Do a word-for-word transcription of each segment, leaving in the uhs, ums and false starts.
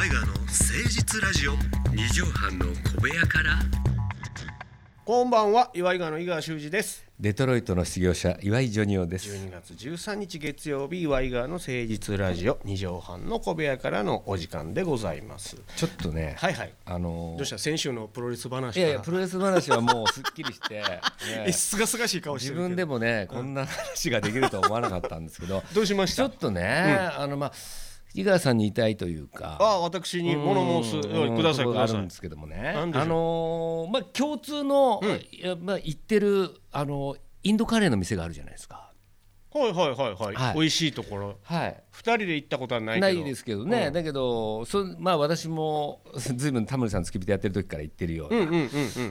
岩井川の誠実ラジオ。 二畳半の小部屋から。 こんばんは、岩井川の井川修司です。 デトロイトの失業者岩井ジョニオです。 じゅうにがつじゅうさんにち月曜日、岩井川の誠実ラジオ二畳半の小部屋からのお時間でございます。 ちょっとね、 はいはい、 あのー、 どうした、先週のプロレス話から。 いやいや、プロレス話はもうすっきりして、ね、 えすがすがしい顔してるけど、 自分でもね、こんな話ができるとは思わなかったんですけどどうしました。 ちょっとね、うん、あのまあ井川さんに言いたいというか、 ああ、私に物申すくださいください。 あるんですけどもね、あのー、まあ共通の、うん、いやまあ行ってるあのインドカレーの店があるじゃないですか。 はいはいはいはい、はい、美味しいところ、 はい、 ふたりで行ったことはないけどないですけどね、 うん、 だけどそ、まあ、私もずいぶんタモリさん付き人やってる時から行ってるような、うんうんうんうん、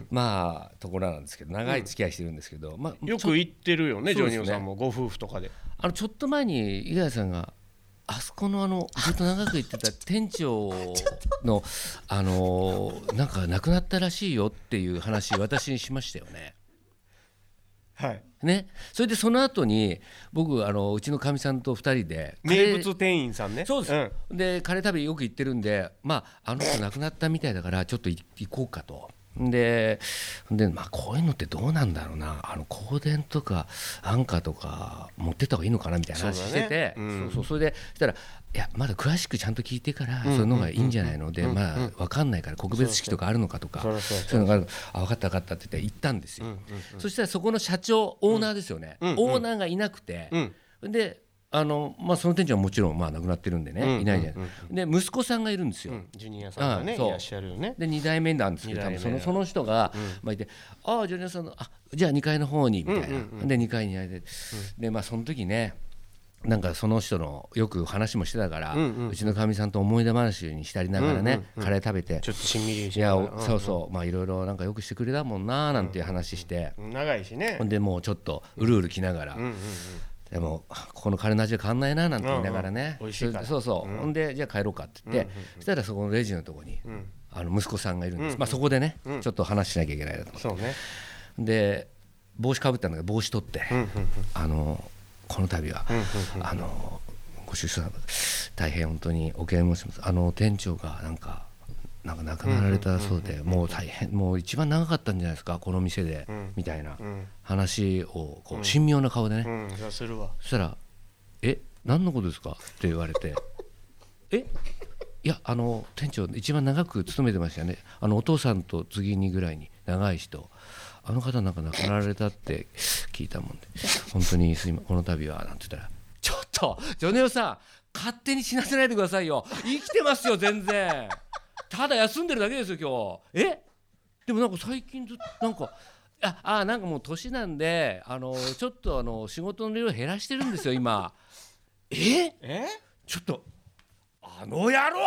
まあところなんですけど、長い付き合いしてるんですけど、うん、まあ、 よく行ってるよね、ジョニオさんもご夫婦とかで。 あのちょっと前に井川さんがあそこのあのずっと長く行ってた店長のあのなんか亡くなったらしいよっていう話私にしましたよね。 はいね、それでその後に僕あのうちのかみさんとふたりで名物店員さんね。 そうです、うん、でカレー食べよく行ってるんで、まああの人亡くなったみたいだからちょっと行こうかと。で, でまあこういうのってどうなんだろうな、あの香典とか安価とか持ってった方がいいのかなみたいな話してて、 そうだね、うん、そうそうそれでそしたら、いやまだ詳しくちゃんと聞いてからそういうのがいいんじゃないので、まあ分かんないから告別式とかあるのかとか、そういうのがある、あ分かった分かったって言って行ったんですよ、うんうんうん、そしたらそこの社長オーナーですよね、うんうん、オーナーがいなくて、うん、であのまあ、その店長はもちろんまあ亡くなってるんでね、うんうんうん、いないじゃない。で息子さんがいるんですよ、うん、 ジュニアさんがね、いらっしゃるよね。 でにだいめなんですけど、多分そのその人が、うん、まあ、いて、ああジュニアさんの、あじゃあにかいの方にみたいな、うんうんうん、でにかいにあれで、うん、でまあその時ね、なんかその人のよく話もしてたから、うんうん、うちのかみさんと思い出話に浸りながらね、うんうんうん、カレー食べてちょっとしんみりして、いや、うんうん、そうそうまあいろいろなんかよくしてくれたもんななんていう話して、 うん、長いしね。 ほんでもうちょっとうるうる来ながら、うんうんうんうん、でもここのカレーの味は変わんないななんて言いながらね、 うんうん、美味しいから、 そうそう、うん、ほんでじゃあ帰ろうかって言って、うんうんうん、そしたらそこのレジのとこに、うん、あの息子さんがいるんです、うんうん、まあ、そこでね、うん、ちょっと話しなきゃいけないなと思って、そうね、で帽子かぶったんだけど帽子取って、うんうんうん、あのこの度は、うんうんうん、あのご出産大変本当にお悔やみ申します。あの店長がなんかなんか亡くなられたそうで、もう大変、もう一番長かったんじゃないですかこの店で、うん、みたいな話をこう神妙な顔でね、 うんうん、するわ。 そしたらえ何のことですかって言われてえいやあの店長一番長く勤めてましたよね、あのお父さんと次にぐらいに長い人、あの方なんか亡くなられたって聞いたもんで本当にすいまこの度はなんて言ったら、ちょっとジョネオさん勝手に死なせないでくださいよ、生きてますよ全然ただ休んでるだけですよ今日。えでもなんか最近ずっとなんかああなんかもう年なんであのちょっとあの仕事の量減らしてるんですよ今ええちょっとあの野郎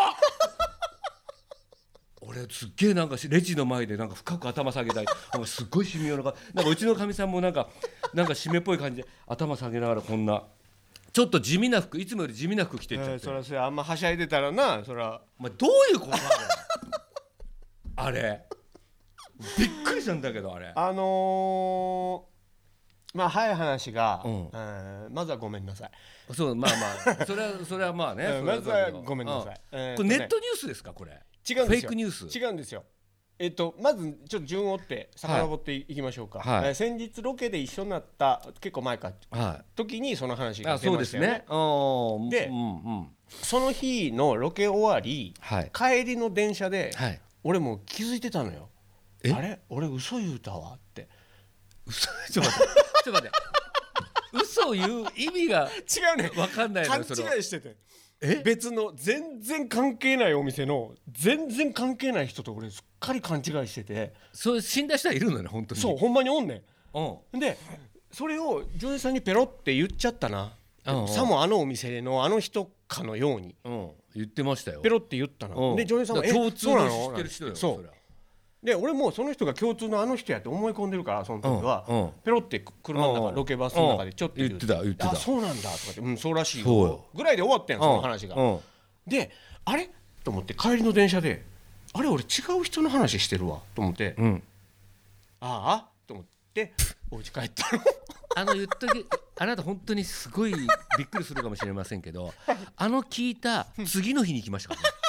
俺すっげえなんかレジの前でなんか深く頭下げたい、なんかすっごい神妙な顔、なんかうちのかみさんもなんかなんか締めっぽい感じで頭下げながらこんなちょっと地味な服、いつもより地味な服着てっちゃって、えー、 そらそれあんまはしゃいでたらな、そらお前どういうことなのあれびっくりしたんだけど、あれあのー、まあ早い話が、うんえー、まずはごめんなさい。 そうまあまあそれはそれはまあね、 うん、まずはごめんなさい、 うんえー、これネットニュースですかこれ。 違うんですよ、 フェイクニュース。 違うんですよ。えっと、まずちょっと順を追って遡っていきましょうか、はいはいえー、先日ロケで一緒になった結構前か、はい、時にその話が出ましたよね。 あで、うんうん、その日のロケ終わり、はい、帰りの電車で、はい、俺もう気づいてたのよ。あれ俺嘘言うたわって。 嘘ちょっと待ってちょっと待って嘘言う意味が違うね、 分かんないのよ。 勘違いしてて、え別の全然関係ないお店の全然関係ない人と俺すっかり勘違いしてて、 そう死んだ人はいるのね本当に。 そうほんまにおんねん、うん、でそれを女優さんにペロって言っちゃったな、うんうん、さもあのお店のあの人かのように、うん、 言ってましたよ。 ペロって言ったな、うん、で女優さんは共通の知ってる人よ。 そうそで俺もその人が共通のあの人やって思い込んでるから、その時は、うんうん、ペロって車の中、うん、ロケバスの中でちょっと言って、 言ってた言ってた、 あそうなんだとかって、うんそうらしいよぐらいで終わったん、その話が、うん、であれと思って帰りの電車であれ俺違う人の話してるわと思って、うん、ああと思ってお家帰ったのあの言っときあなた本当にすごいびっくりするかもしれませんけどあの聞いた次の日に来ましたからね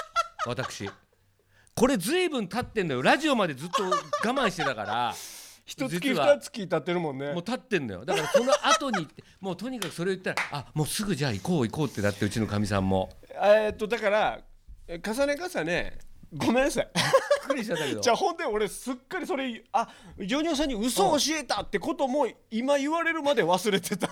私これずいぶん経ってんのよ。ラジオまでずっと我慢してたから一月二月経ってるもんね。 もう経ってんのよ。だからその後にもうとにかくそれを言ったらあもうすぐじゃあ行こう行こうってなって、うちのかみさんもえー、っとだから重ね重ねごめんなさいびっくりしちゃったけどじゃあほんで俺すっかりそれあジョニオさんに嘘を教えたってことも今言われるまで忘れてた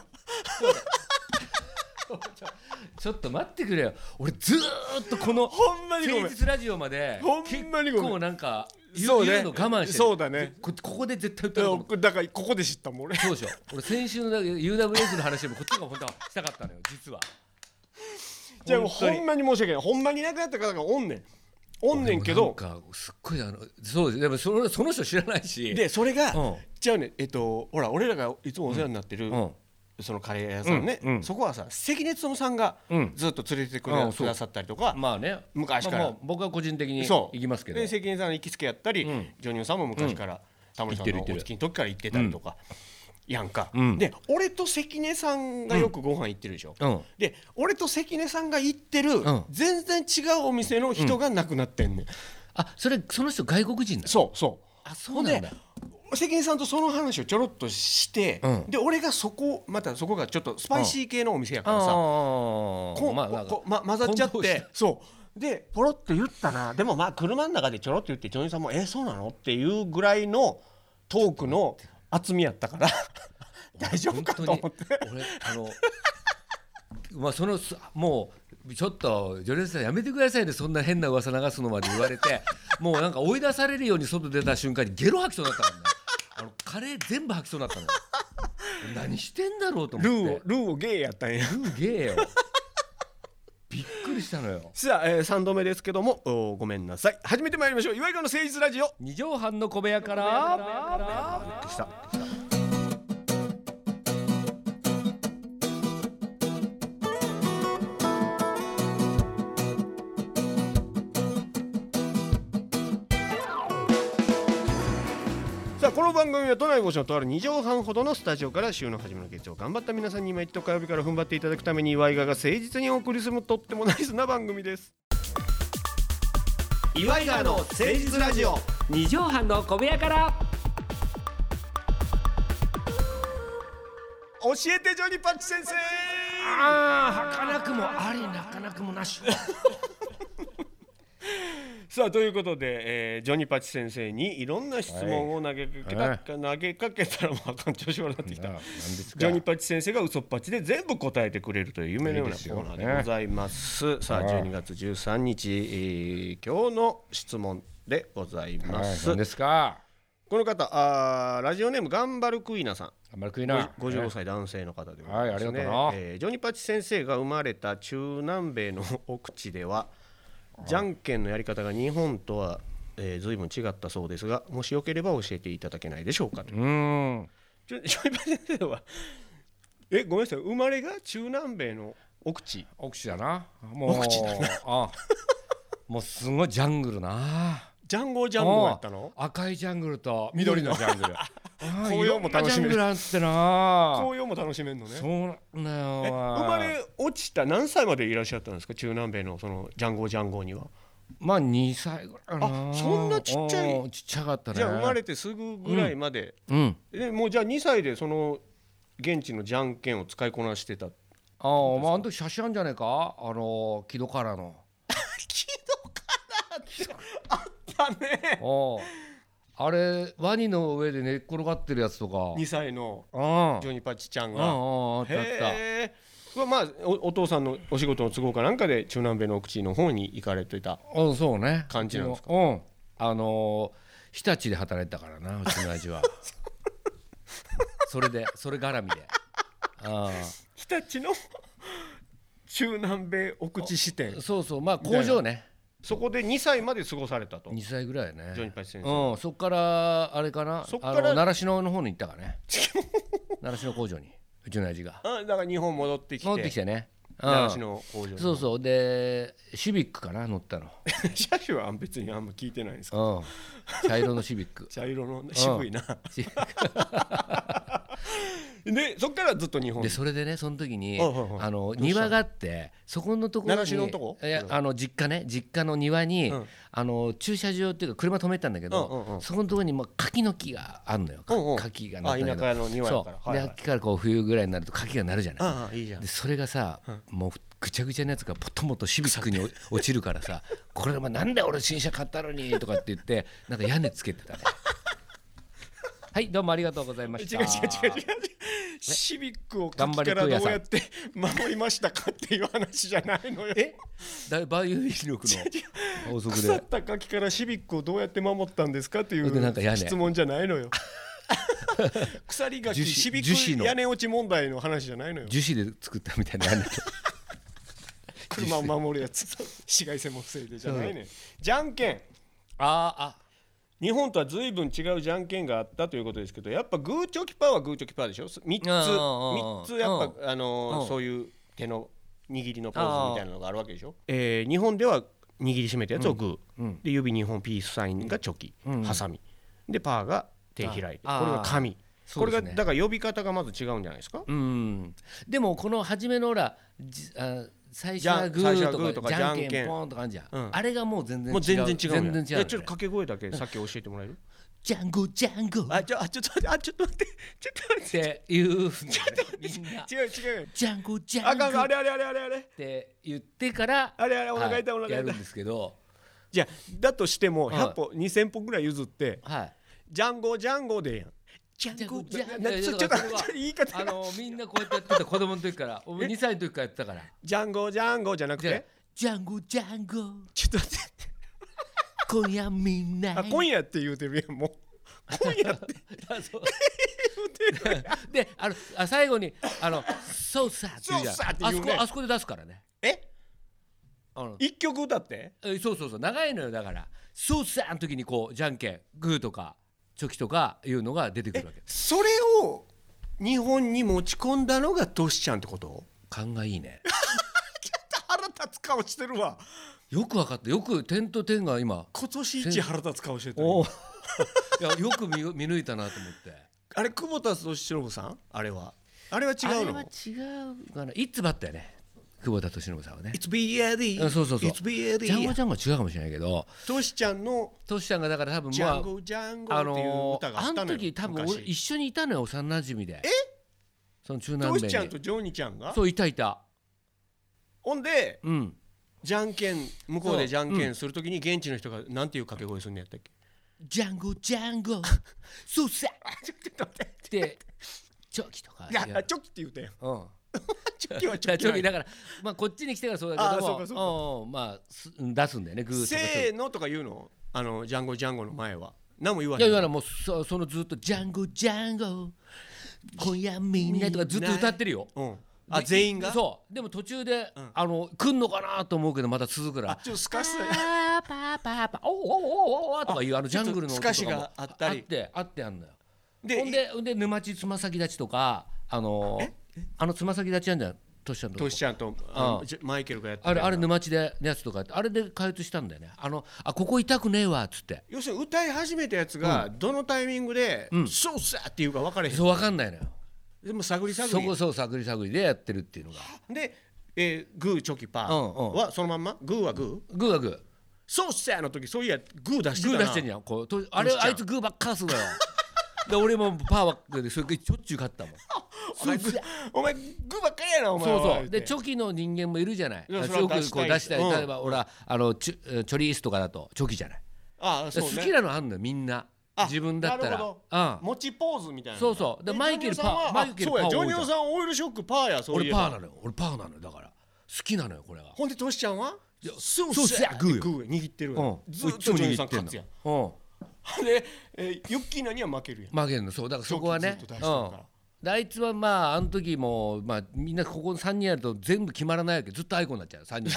ちょっと待ってくれよ。俺ずーっとこのほんまにごめん誠実ラジオまでほんまにごめん結構なんか言そうう,、ね、 言うの我慢してる。 そうだねこ, ここで絶対言ったと思う。 だからここで知ったもん俺そうでしょ。俺先週の ユーダブリューエス の話でもこっちが本当はしたかったのよ実は。 じゃあもうほんまに申し訳ない。ほんまに亡くなった方がおんねんおんねんけど、 なんかすっごいあのそうです。でもそのその人知らないし。 でそれが、 うん、 じゃあねえっとほら俺らがいつもお世話になってる、うん、そのカレー屋さんね、うんうん、そこはさ関根勤さんがずっと連れててくれ、うん、くださったりとか、 まあね昔から、まあ、 まあ、僕は個人的に行きますけど、 で関根さんの行きつけやったり、うん、ジョニオさんも昔から、うん、タモリさんのお付きの時から行ってたりとか、うん、やんか、うん、で俺と関根さんがよくご飯行ってるでしょ、うん、で俺と関根さんが行ってる、うん、全然違うお店の人が亡くなってんねん、うん、 あそれその人外国人だ。 そうそうあそうなんだ。 関根さんとその話をちょろっとして、うん、で俺がそこまたそこがちょっとスパイシー系のお店やからさ、うん、こ、まあ、こ、ま、混ざっちゃってそうでポロッと言ったな。でもまあ車の中でちょろっと言ってジョニーさんもえー、そうなのっていうぐらいのトークの厚みやったから大丈夫かと思って俺あのまあそのもうちょっとジョニーさんやめてくださいね、そんな変な噂流すのまで言われてもうなんか追い出されるように外出た瞬間にゲロ吐きそうになったからねあのカレー全部吐きそうになったの何してんだろうと思って。 ルーをルーをゲーやったんや。 ルーゲーよびっくりしたのよ。 さあ、えー、さんどめですけどもごめんなさい。始めてまいりましょう。岩井川の誠実ラジオに畳半の小部屋からびっくりした。この番組は都内某所のとあるに畳半ほどのスタジオから週の初めの月曜頑張った皆さんに今一度火曜日から踏ん張っていただくために岩井川が誠実にお送りするとってもナイスな番組です。岩井川の誠実ラジオに畳半の小部屋から教えてジョニパッチ先生。 ああ儚くもあり儚くもなしさあということで、えー、ジョニパチ先生にいろんな質問を投げかけた、はい、投げかけたらもうあかん調子悪くなってきた。ジョニパチ先生が嘘っぱちで全部答えてくれるという夢のようなコーナーでございます。いいですよね。さあじゅうにがつじゅうさんにち、えー、今日の質問でございます。 何ですか。 この方あラジオネーム頑張るクイナさん、 頑張るクイナごじゅうごさい男性の方でございますね。 はい、ありがとうな、 えー、ジョニパチ先生が生まれた中南米の奥地ではじゃんけんのやり方が日本とは、えー、随分違ったそうですが、もしよければ教えていただけないでしょうかと。うーんちょジョニパチ先生はえごめんなさい、生まれが中南米の奥地奥地だな。もう奥地だなあもうすごいジャングルな。 ジャンゴジャンゴやったの。 赤いジャングルと緑のジャングル紅葉も楽しめる。 紅葉も楽しめるのね。 そうなんだよ。 え生まれ落ちた何歳までいらっしゃったんですか、中南米のそのジャンゴジャンゴには。 まあにさいぐらいかな。 あそんなちっちゃい。 ちっちゃかったね。 じゃあ生まれてすぐぐらいまで、 うんうん、 でもうじゃあにさいでその現地のじゃんけんを使いこなしてた。 ああまああの時写真あるんじゃないか、あの木戸からの木戸からってあったね。 おあれワニの上で寝っ転がってるやつとかにさいのジョニパチちゃんがあああったあったまあ お, お父さんのお仕事の都合かなんかで中南米の奥地の方に行かれてたそうね感じなんですか。 うん、あのー、日立で働いてたからなうちの親父はそれでそれ絡みであ日立の中南米奥地支店。 そうそうまあ工場ね。 そこでにさいまで過ごされたと。 にさいぐらいねジョニパチ先生、 うん、そっからあれかな、 そっからあの習志野の方に行ったかね習志野工場にうちの親父があだから日本戻ってきて戻ってきてね、 習志野工場。 そうそうでシビックかな乗ったの車種は別にあんま聞いてないんですか、 うん、茶色のシビック茶色の渋いな、うん、 でそっからずっと日本でそれでねその時にはいはいはいあの庭があってそこのところに習志野のとこいやあの実家ね実家の庭に、 うんあの駐車場っていうか車止めたんだけど、 うんうんうんそこのところにもう柿の木があんのよ、 うんうん、 柿がなったんだけどあ田舎の庭やからそう、 はいはい、 で秋からこう冬ぐらいになると柿がなるじゃない。 ああいいじゃんでそれがさ、うん、もうぐちゃぐちゃなやつがポトモとシビックに落ちるからさこれお前なんで俺新車買ったのにとかって言ってなんか屋根つけてたねはいどうもありがとうございました。 違う違う違う違うシビックを柿からどうやって守りましたかっていう話じゃないのよ。 えだバイオ力の法則で腐った柿からシビックをどうやって守ったんですかっていう質問じゃないのよ腐り柿シビック屋根落ち問題の話じゃないのよ。 樹脂で作ったみたいな屋根車を守るやつ紫外線も防いでじゃないねん。じゃんけんああ日本とは随分違うじゃんけんがあったということですけどやっぱグーチョキパーはグーチョキパーでしょ。みっつみっつやっぱあのー、そういう手の握りのポーズみたいなのがあるわけでしょ。えー、日本では握りしめたやつをグー、うん、で指にほんピースサインがチョキ、うん、ハサミでパーが手開いてこれが紙、ね、これがだから呼び方がまず違うんじゃないですか。 うん、でもこの初めのほらあ最初はグーとかじゃんけんポンとかあるじゃん、うん、あれがもう全然違うもう全然違う全然違う、ね、ちょっと掛け声だけさっき教えてもらえるジャンゴジャンゴあちょあちょっと待ってあちょっと待ってちょっと待ってっていう違う違うジャンゴジャンゴああれあれあれあれあれって言ってからあれあれお腹痛いお腹痛いやるんですけどじゃあだとしてもひゃっぽにせんぽぐらい譲ってはいジャンゴジャンゴでええやんジャンゴジャンゴちょっと言い方あのみんなこうやってやってた子供の時から俺にさいの時からやってたからジャンゴジャンゴじゃなくてジャンゴジャンゴちょっと待って今夜みんなあ今夜って言うてるやんもう今夜ってであのあ最後にあのそうさって言うじゃんあそこあそこで出すからねえあの一曲歌ってえそうそうそう長いのよだからそうさの時にこうじゃんけんグーとかチョキとかいうのが出てくるわけ。 それを日本に持ち込んだのがトシちゃんってこと？ 勘がいいねちょっと腹立つ顔してるわ。 よく分かったよく点と点が今今年一腹立つ顔してたいやよく 見, 見抜いたなと思ってあれ久保田利伸さんあれはあれは違うの？あれは違うかな。いつばったよね久保田利伸さんはね It's ビーエーディーそうそうそう It's ビーエーディージャンゴジャンゴは違うかもしれないけどトシちゃんのトシちゃんがだから多分ジャンゴジャンゴっていう歌があったのよ、 あの時多分俺一緒にいたのよ幼馴染で。 えその中南米にトシちゃんとジョニーちゃんがそういたいた。 ほんで、 うん、 じゃんけん向こうでじゃんけんするときに現地の人がなんていう掛け声するんやったっけ？ ジャンゴジャンゴそうさちょっと待ってチョキとかいやチョキって言うたやん、 うんチョキはチョキチョキだから、まあ、こっちに来てからそうだけどもあそうかそうか、 まあ出すんだよねグーとかせーのとか言うのあのジャンゴジャンゴの前は何も言わへん。 いや言わないもう そ, そのずっとジャンゴジャンゴ今夜みんなとかずっと歌ってるよ、 うん、あ全員がそうでも途中で、うん、あの来んのかなと思うけどまた続くからあちょっとスカスパーパーパーパーおおおおおとかいうあのジャングルのスカシがあったりあってあってあんのよ。でほんでで沼地つま先立ちとかあのあのつま先立ちあんじゃんトシちゃんとトシちゃんとあマイケルがやってあれあれ沼地でのやつとかあれで開発したんだよね。あのあここ痛くねえわっつって要するに歌い始めたやつがどのタイミングで、うん、そうさっていうか分かれへん。 そう分かんないのよ。 でも探り探りそこそう探り探りでやってるっていうのがで、えー、グーチョキパーはそのまんまグーはグーグーはグーそうっすやの時そういやグー出してたなグー出してんじゃんこうとあれあいつグーばっかすんだよで俺もパーバックでそれしょっちゅう勝ったもんお前グーお前グーばっかりやなお前そうそうでチョキの人間もいるじゃないすごくこう出したり、うん、例えば俺はあのチョ、チョリースとかだとチョキじゃないああそう、ね、 好きなのあんのよみんな自分だったらなるほど、うん、持ちポーズみたいなそうそうでマイケルパーマイケルパーそうやジョニオさんオイルショックパーやそうい俺パーなのよ俺パーなのよだから好きなのよこれは。 ほんでトシちゃんはいやそうそうそうグーグー握ってる、うん、ずっとジョニオさん勝つやん、うんで、えー、ユッキーナには負けるやん負けるのそうだからそこはねうん、あいつはまああの時も、まあ、みんなここさんにんやると全部決まらないわけずっとアイコになっちゃうさんにん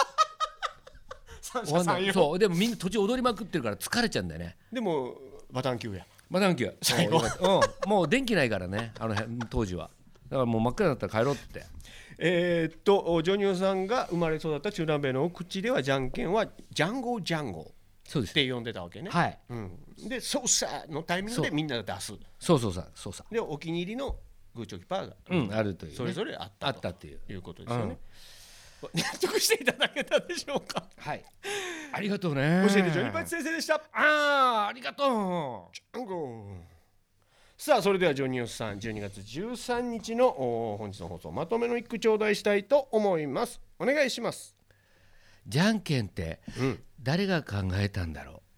三者三様そうでもみんな途中踊りまくってるから疲れちゃうんだよね。 でもバタンキューやバタンキュー最後、うん、もう電気ないからねあの辺当時はだからもう真っ暗だったら帰ろうってえー、っとジョニオさんが生まれ育った中南米の奥地ではじゃんけんはジャンゴジャンゴって呼んでたわけね。 はい、 うん、で操作のタイミングでみんなが出すそうそうそうそうさでお気に入りのグーチョキパーが、 うん、あるという、ね、 それぞれあったとあったっていういうことですよね、うん、納得していただけたでしょうか。 はい、ありがとうね。 教えてジョニパチ先生でした。 あー、ありがとう。 ジャンゴさあ、それではジョニオスさん、じゅうにがつじゅうさんにちの本日の放送まとめの一句頂戴したいと思います。お願いします。 じゃんけんって誰が考えたんだろう。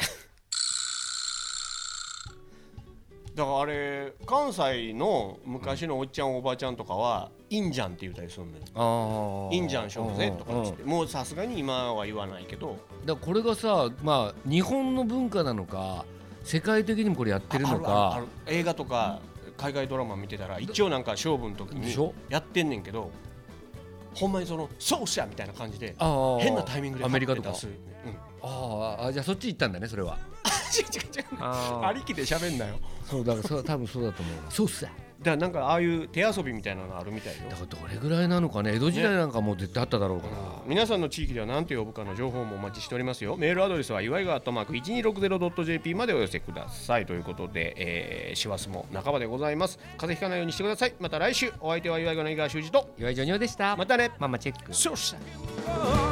だからあれ関西の昔のおっちゃんおばちゃんとかはいいんじゃんって言ったりするのよ。いいんじゃんしょうぜとかってもうさすがに今は言わないけど、 だからこれがさ、まあ日本の文化なのか世界的にもこれやってるのか。あるあるある。 映画とか海外ドラマ見てたら一応なんか勝負の時にやってんねんけど、ほんまにその勝者みたいな感じで変なタイミングでアメリカとか出す、うん、 ああ、じゃあそっち行ったんだねそれは。 違う違う違う、ありきで喋んなよ。 そうだからそう多分そうだと思う。そうっす。 だからなんかああいう手遊びみたいなのあるみたいよ。 だからどれぐらいなのかね。江戸時代なんかもう絶対あっただろうから、ね、 うん、皆さんの地域では何て呼ぶかの情報もお待ちしておりますよ。メールアドレスは祝いがアットマーク いちにーろくぜろドットジェーピー までお寄せくださいということで、えー、師走も半ばでございます。風邪ひかないようにしてください。また来週。お相手は祝いがの井川修司と岩井ジョニオでした。 またね。 ママチェック。 そうした